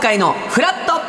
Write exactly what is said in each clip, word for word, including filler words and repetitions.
向井のフラット。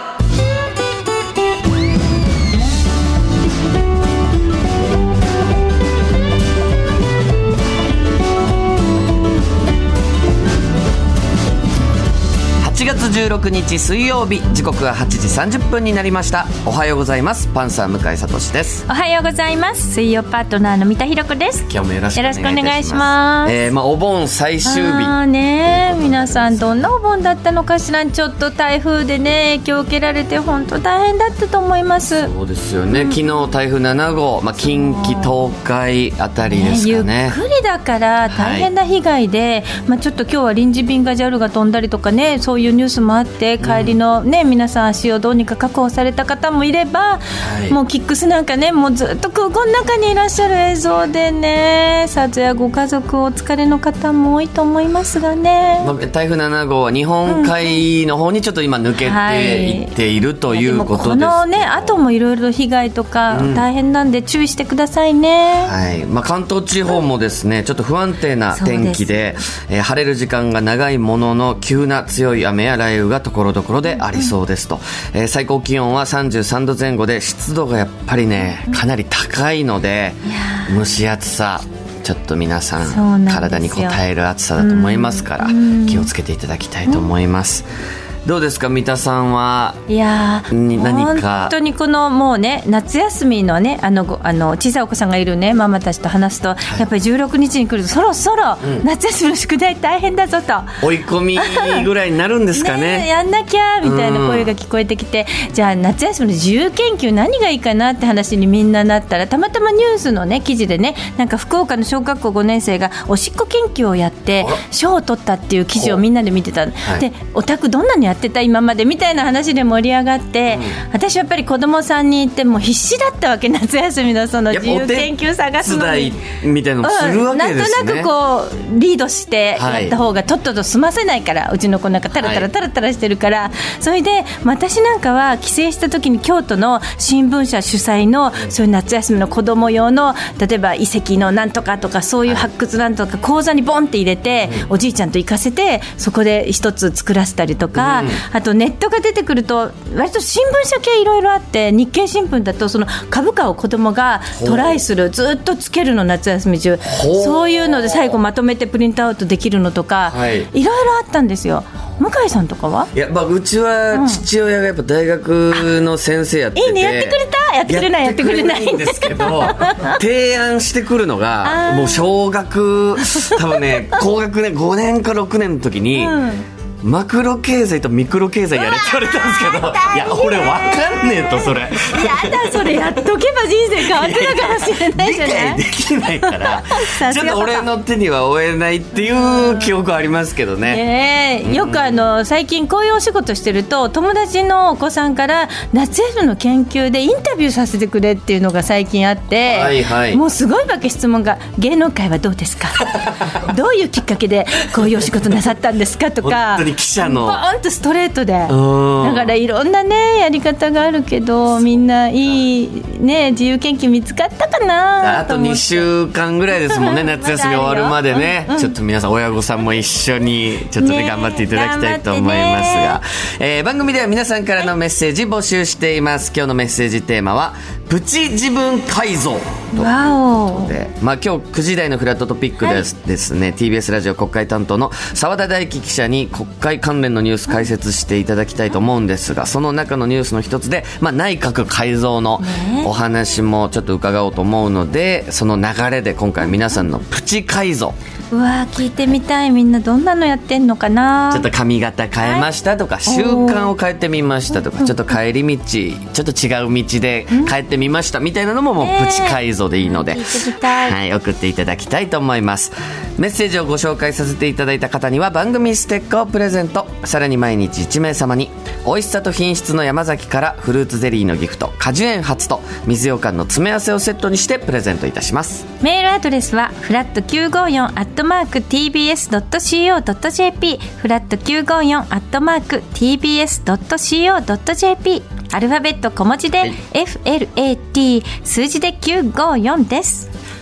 はちがつじゅうろくにち水曜日、時刻ははちじさんじゅっぷんになりました。おはようございます。パンサー向井聡です。 おはようございます。水曜パートナーの三田寛子です。 今日もよろしくお願いいたします。 よろしくお願いします。 えーまあ、お盆最終日あ、ね、皆さんどんなお盆だったのかしら。ちょっと台風でね影響を受けられて本当大変だったと思います。 そうですよね、うん、昨日台風ななごう、まあ、近畿東海あたりですかね、 ね、ゆっくりだから大変な被害で、はい、まあ、ちょっと今日は臨時便が ジャル が飛んだりとかね、そういうニュースもあって帰りの、ね、うん、皆さん足をどうにか確保された方もいれば、はい、もうキックスなんかね、もうずっと空港の中にいらっしゃる映像でね、さぞやご家族お疲れの方も多いと思いますがね、 まあ、台風ななごうは日本海の方にちょっと今抜けていっている、うん、ということです。 このね後もいろいろ被害とか大変なんで注意してくださいね、 うん、はい、まあ、関東地方もですね、うん、ちょっと不安定な天気 で, で、えー、晴れる時間が長いものの急な強い雨や雷雨がところどころでありそうですと、うん、えー、最高気温はさんじゅうさんどぜん後で湿度がやっぱりねかなり高いので、うん、蒸し暑さちょっと皆さん体に応える暑さだと思いますから、うん、気をつけていただきたいと思います、うん。どうですか三田さんは。 いや何か本当にこのもうね夏休みのねあのあの小さいお子さんがいるねママたちと話すと、はい、やっぱりじゅうろくにちに来るとそろそろ夏休みの宿題大変だぞと、 うん、追い込みぐらいになるんですか ね, ねやんなきゃみたいな声が聞こえてきて、うん、じゃあ夏休みの自由研究何がいいかなって話にみんななったら、たまたまニュースのね記事でね、なんか福岡の小学校ごねん生がおしっこ研究をやって賞を取ったっていう記事をみんなで見てた、はい、でお宅どんなにやってた今までみたいな話で盛り上がって、うん、私はやっぱり子供さんに行っても必死だったわけ、夏休みのその自由研究探すのにみたいなのするわけですね、 うん、なんとなくこうリードしてやった方がとっとと済ませないから、はい、うちの子なんかタラタラタラタラしてるから、はい、それで私なんかは帰省した時に京都の新聞社主催のそういう夏休みの子供用の例えば遺跡のなんとかとかそういう発掘なんとか講座にボンって入れて、うん、おじいちゃんと行かせてそこで一つ作らせたりとか、うん、あとネットが出てくると割と新聞社系いろいろあって、日経新聞だとその株価を子供がトライする、ずっとつけるの夏休み中、そういうので最後まとめてプリントアウトできるのとか、はい、いろいろあったんですよ。向井さんとかは。 いや、まあ、うちは父親がやっぱ大学の先生やってて、 いいね、やってくれたやってくれないやってくれないんですけど提案してくるのがもう小学多分ね高学年ごねんかろくねんの時に、うん、マクロ経済とミクロ経済やれって言われたんですけど、いや俺分かんねえと、それやだ、それやっとけば人生変わってたかもしれないじゃない。 理解できないからちょっと俺の手には負えないっていう記憶はありますけどね、 ね、うん、よくあの最近こういうお仕事してると友達のお子さんから夏休みの研究でインタビューさせてくれっていうのが最近あって、はいはい、もうすごいわけ質問が、芸能界はどうですかどういうきっかけでこういうお仕事なさったんですかとか本当に記者のポーンとストレートで、だからいろんなねやり方があるけど、みんないいね自由研究見つかったかな。 あとにしゅうかんぐらいですもんね夏休み終わるまでね、うんうん、ちょっと皆さん親御さんも一緒にちょっとね、ね頑張っていただきたいと思いますが、えー、番組では皆さんからのメッセージ募集しています。今日のメッセージテーマはプチ自分改造ということで、まあ、今日くじ台のフラットトピックです、はい、ですね ティービーエス ラジオ国会担当の澤田大樹記者に国会関連のニュース解説していただきたいと思うんですが、その中のニュースの一つで、まあ、内閣改造のお話もちょっと伺おうと思うので、その流れで今回皆さんのプチ改造、 うわ聞いてみたい。みんなどんなのやってんのかな。 ちょっと髪型変えましたとか、はい、習慣を変えてみましたとか、ちょっと帰り道ちょっと違う道で帰ってみましたみたいなのももうプチ改造でいいので、えー、聞いてみたい、はい、送っていただきたいと思います。メッセージをご紹介させていただいた方には番組ステッカーをプレゼント。さらに毎日いち名様に美味しさと品質の山崎からフルーツゼリーのギフト、果樹園初と水羊羹の詰め合わせをセットにしてプレゼントいたします。 メールアドレスはフラットきゅうごよんアットマーク ティービーエスドットシーオードットジェーピー フラットきゅうごよんアットマーク ティービーエスドットシーオードットジェーピー、 アルファベット小文字で、はい、エフエルエーティー 数字できゅうごよんです。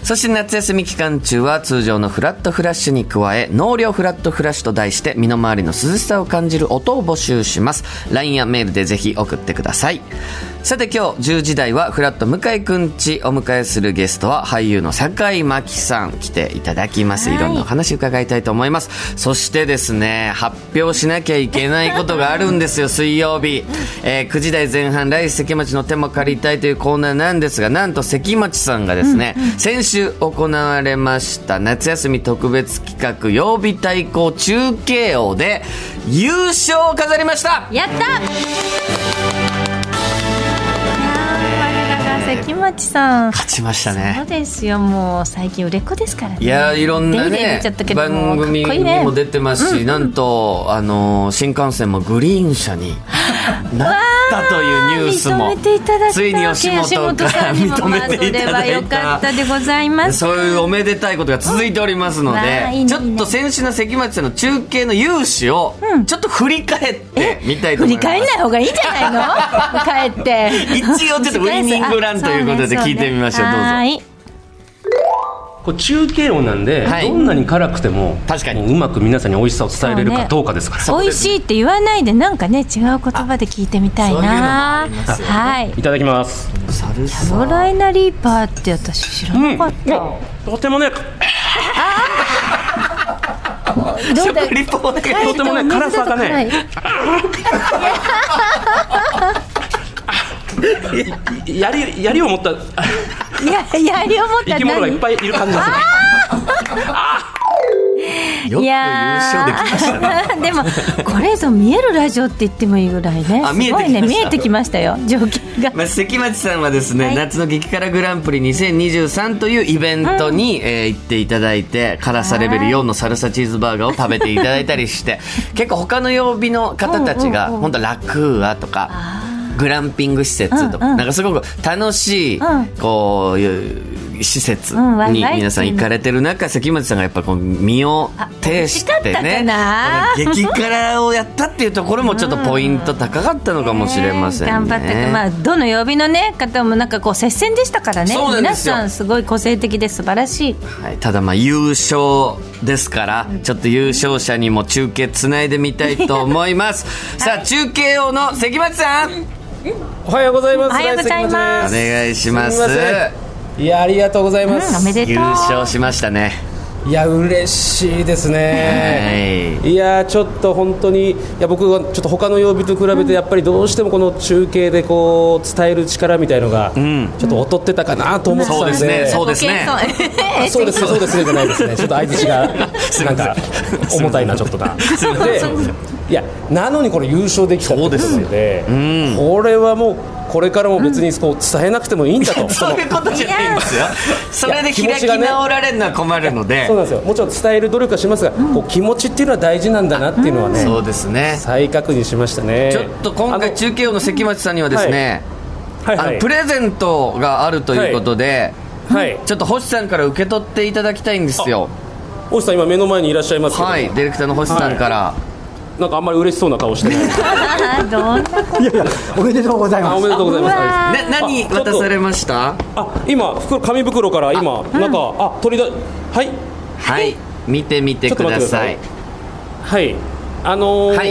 そして夏休み期間中は通常のフラットフラッシュに加え納涼フラットフラッシュと題して身の回りの涼しさを感じる音を募集します。 ライン やメールでぜひ送ってください。さて今日じゅうじ台はフラット向井くんち、お迎えするゲストは俳優の酒井真紀さん来ていただきます。いろんなお話伺いたいと思います。そしてですね、発表しなきゃいけないことがあるんですよ。水曜日、えー、くじ台前半来関町の手も借りたいというコーナーなんですが、なんと関町さんがですね、うんうん、先週行われました夏休み特別企画曜日対抗中継王で優勝を飾りました。 やった関町さん勝ちましたね。 そうですよ、もう最近売れっ子ですからね。 いやいろんなね番組にも出てますし、ね、うんうん、なんとあの新幹線もグリーン車になったというニュースもついに吉本から認めていただいた。それは良かったでございます。そういうおめでたいことが続いておりますので、うん、ちょっと先週の関町さんの中継の雄姿をちょっと振り返ってみたいと思います。 振り返んない方がいいんじゃないの帰って一応ちょっとウィニングランということで聞いてみましょう。どうぞ。はい、 これ中継音なんで、はい、どんなに辛くても確かにうまく皆さんに美味しさを伝えれるかどうかですから、 ね、美味しいって言わないでなんかね違う言葉で聞いてみたいな。 そういうのもはい、 いただきます。 キャロライナリーパーって私知らなかった、 うん、とてもねどうだ食リポでとてもね辛さがねやりやりを持ったややりを持った生き物がいっぱいいる感じがする。 よく優勝できましたね。 でもこれぞ見えるラジオって言ってもいいぐらいね。 あ、 すごいね、見えてきましたよ条件が。 まあ、関町さんはですね、はい、夏の激辛グランプリにせんにじゅうさんというイベントに、うん、えー、行っていただいて辛さレベルよんのサルサチーズバーガーを食べていただいたりして結構他の曜日の方たちが本当ラクーアとかグランピング施設とか、うんうん、なんかすごく楽しい、うん、こういう施設に皆さん行かれてる中、関町さんがやっぱこう身を挺してね激辛をやったっていうところもちょっとポイント高かったのかもしれませんね、 うん、頑張って、まあ、どの曜日の、ね、方もなんかこう接戦でしたからね。皆さんすごい個性的で素晴らしい、 はい、ただまあ優勝ですからちょっと優勝者にも中継つないでみたいと思います、はい、さあ中継王の関町さんおはようございます。 おはようございます。 お願いします。 いやありがとうございます、 うん、おめでとう。 優勝しましたね。 いや嬉しいですね、はい、いやちょっと本当にいや僕はちょっと他の曜日と比べてやっぱりどうしてもこの中継でこう伝える力みたいのがちょっと劣ってたかなと思ってたんで、うん、 そうですねそうですねそうですねそうですねじゃないですねちょっと相手がなんか重たいなちょっとなでいやなのにこれ優勝できたってことで、うん、これはもうこれからも別にこう伝えなくてもいいんだと、うん、 そういうことじゃないんですよ。それで開き直られるのは困るので、 そうなんですよ。もちろん伝える努力はしますが、うん、こう気持ちっていうのは大事なんだなっていうのはね、 そうですね、 再確認しましたね。 ちょっと今回中継王の関町さんにはですね、はいはいはい、あのプレゼントがあるということで、はいはい、ちょっと星さんから受け取っていただきたいんですよ。 星さん今目の前にいらっしゃいますけど、 はい、ディレクターの星さんから、はい、 なんかあんまり嬉しそうな顔してないどんなこといやいやおめでとうございます。 おめでとうございます。 ね、何渡されました？ あ、今袋紙袋から今なんか、うん、あ取りだはいはい見てみてください。 はいあのーはい、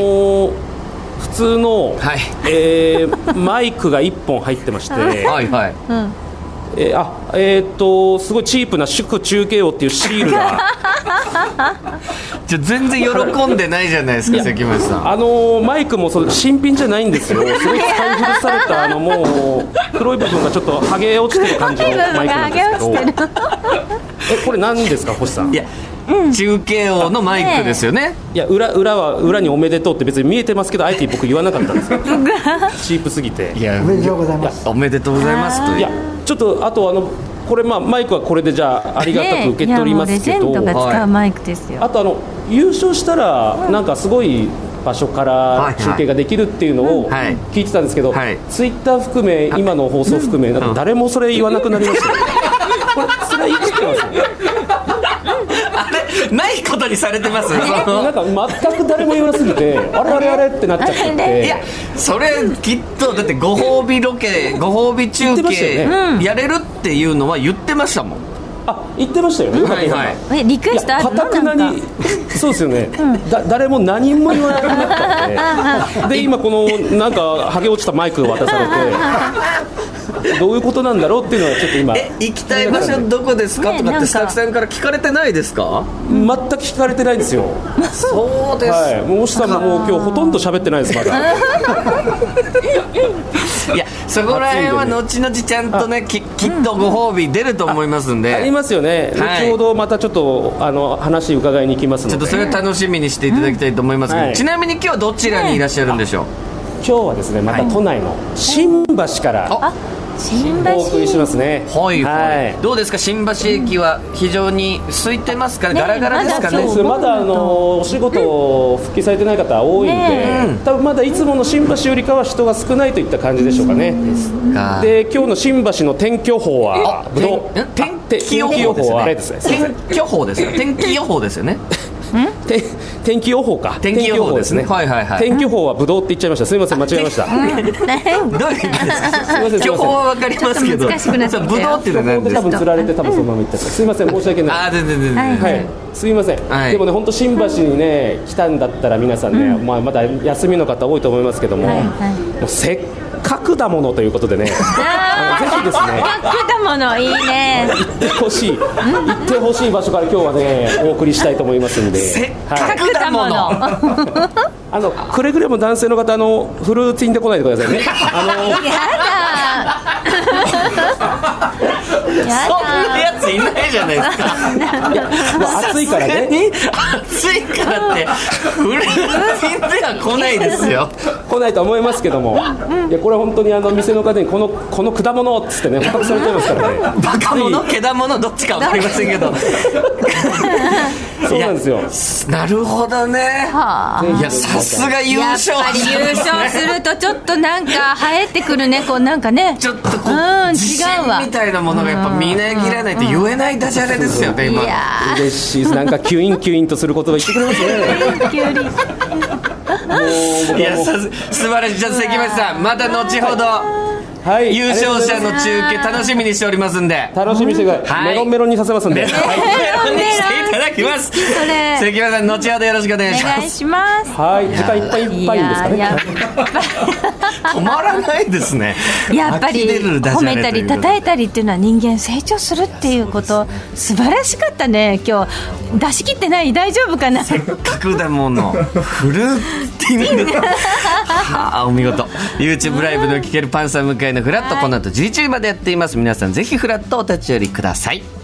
普通の、はいえー、マイクがいっぽん入ってましてはいはい、うんえー、あえー、っとすごいチープな祝中継王っていうシールがじゃ全然喜んでないじゃないですか関町さん。 あのー、マイクもそ新品じゃないんですよ。すごい使い古されたあのもう黒い部分がちょっと剥げ落ちてる感じのマイクなんですけどえこれ何ですか星さん。 いやうん、中継王のマイクですよね。 いや 裏, 裏は裏におめでとうって別に見えてますけどあえて僕言わなかったんですよチープすぎて。 いやおめでとうございます。 おめでとうございますという。 いやちょっとあとあのこれまあマイクはこれでじゃあありがたく受け取りますけど、ね、 レジェンドが使うマイクですよ。 あとあの優勝したらなんかすごい場所から中継ができるっていうのを聞いてたんですけど、はいはい、ツイッター含め今の放送含めなんか誰もそれ言わなくなりましたよ、ね、これそれは生きてますよあれないことにされてますなんか全く誰も言わなすぎてあれあれあれってなっちゃってていやそれきっとだってご褒美ロケご褒美中継やれるっていうのは言ってましたもん。 あ、言ってましたよね。 はいはい。 え、リクエストあるの？ かたくなに、そうですよね。うん、だ誰も何も言わなくなったんで、で今このなんか剥げ落ちたマイクを渡されて、どういうことなんだろうっていうのはちょっと今。 え、行きたい場所どこですか、ね、とかってスタッフさんから聞かれてないですか？ 全く聞かれてないんですよ。 そうです。 はい。もう下ももう今日ほとんど喋ってないですまだ。 いや、そこら辺は後々ちゃんとね、き, きっとご褒美出ると思いますんで。 あ, ありますよね、はい、後ほどまたちょっとあの話伺いに行きますので、 ちょっとそれを楽しみにしていただきたいと思いますけど、うんはい、ちなみに今日はどちらにいらっしゃるんでしょう？ 今日はですね、また都内の新橋から新橋お送りしますね。 はいはい、どうですか、新橋駅は非常に空いてますかね、ガラガラですかね。 まだ、まだあのお仕事を復帰されてない方多いんで、ね、多分まだいつもの新橋よりかは人が少ないといった感じでしょうかね。ですか。で、今日の新橋の天気予報はぶどう天気予報ですよね。天気予報ですよ。天気予報ですよね。 天気予報か。 天気予報ですね。はいはいはい。 天気予報はブドウって言っちゃいました。すみません、間違えました。 どういう意味ですか？予報はわかりますけど、 難しくなっちゃった。 ブドウっていうのは何ですか？ 多分釣られて多分そのまま行っちゃった。すみません、申し訳ない。 あ、全然全然。 はい。すみません。でもね、本当新橋にね来たんだったら皆さんね、まあまだ休みの方多いと思いますけども、せっかくだものということでね、ぜひですね。 せっかくだもの、いいね。 行ってほしい、行ってほしい場所から今日はねお送りしたいと思いますんで。 せっかくだもの。 あのくれぐれも男性の方、あのフルーツインで来ないでくださいね。あのやだ。 そんなやついないじゃないですか。 いや、まあ、暑いからね。 暑いからってフルーツインでは来ないですよ。 来ないと思いますけども、いやこれ本当にあの店の方にこのこの果物っつってね捕獲されちゃいますからね。 バカ者、けだもの、どっちか分かりませんけど。 そうなんですよ。 なるほどね。 はあ、 いや、さすが優勝。 やっぱり優勝するとちょっとなんか生えてくるね、こうなんかね、 ちょっとこう、うん、自信みたいなものがやっぱみなぎらないと言えないダジャレですよね、今。 いや嬉しいです。なんかキュインキュインとする言葉言ってくれますね。 キュウリ。 いや、さ素晴らしい。じゃあ関町さん、また後ほど、はい、優勝者の中継楽しみにしておりますんで、 楽しみにしてください。メロンメロンにさせますんで、 メロンにしていただきます。関町さん、後ほどよろしくお願いします。 お願いします。 はい、時間いっぱいいっぱいですかね。 止まらないですね。 やっぱり褒めたり叩いたりっていうのは人間成長するっていうこと、素晴らしかったね。今日出し切ってない？大丈夫かな。 せっかくだものフルーティング。はあ、お見事。 YouTube ライブの聴けるパンサー向井のフラット、この後じゅういちじまでやっています。皆さんぜひフラットお立ち寄りください。 ティー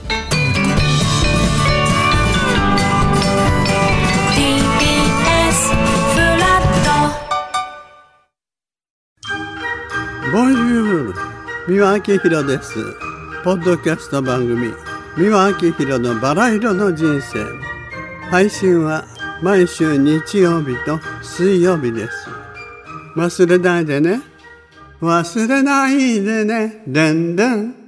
ビーエス フラット。 ボンジュール、三輪明宏です。ポッドキャスト番組三輪明宏のバラ色の人生、配信は毎週日曜日と水曜日です。忘れないでね、忘れないでね、でんでん。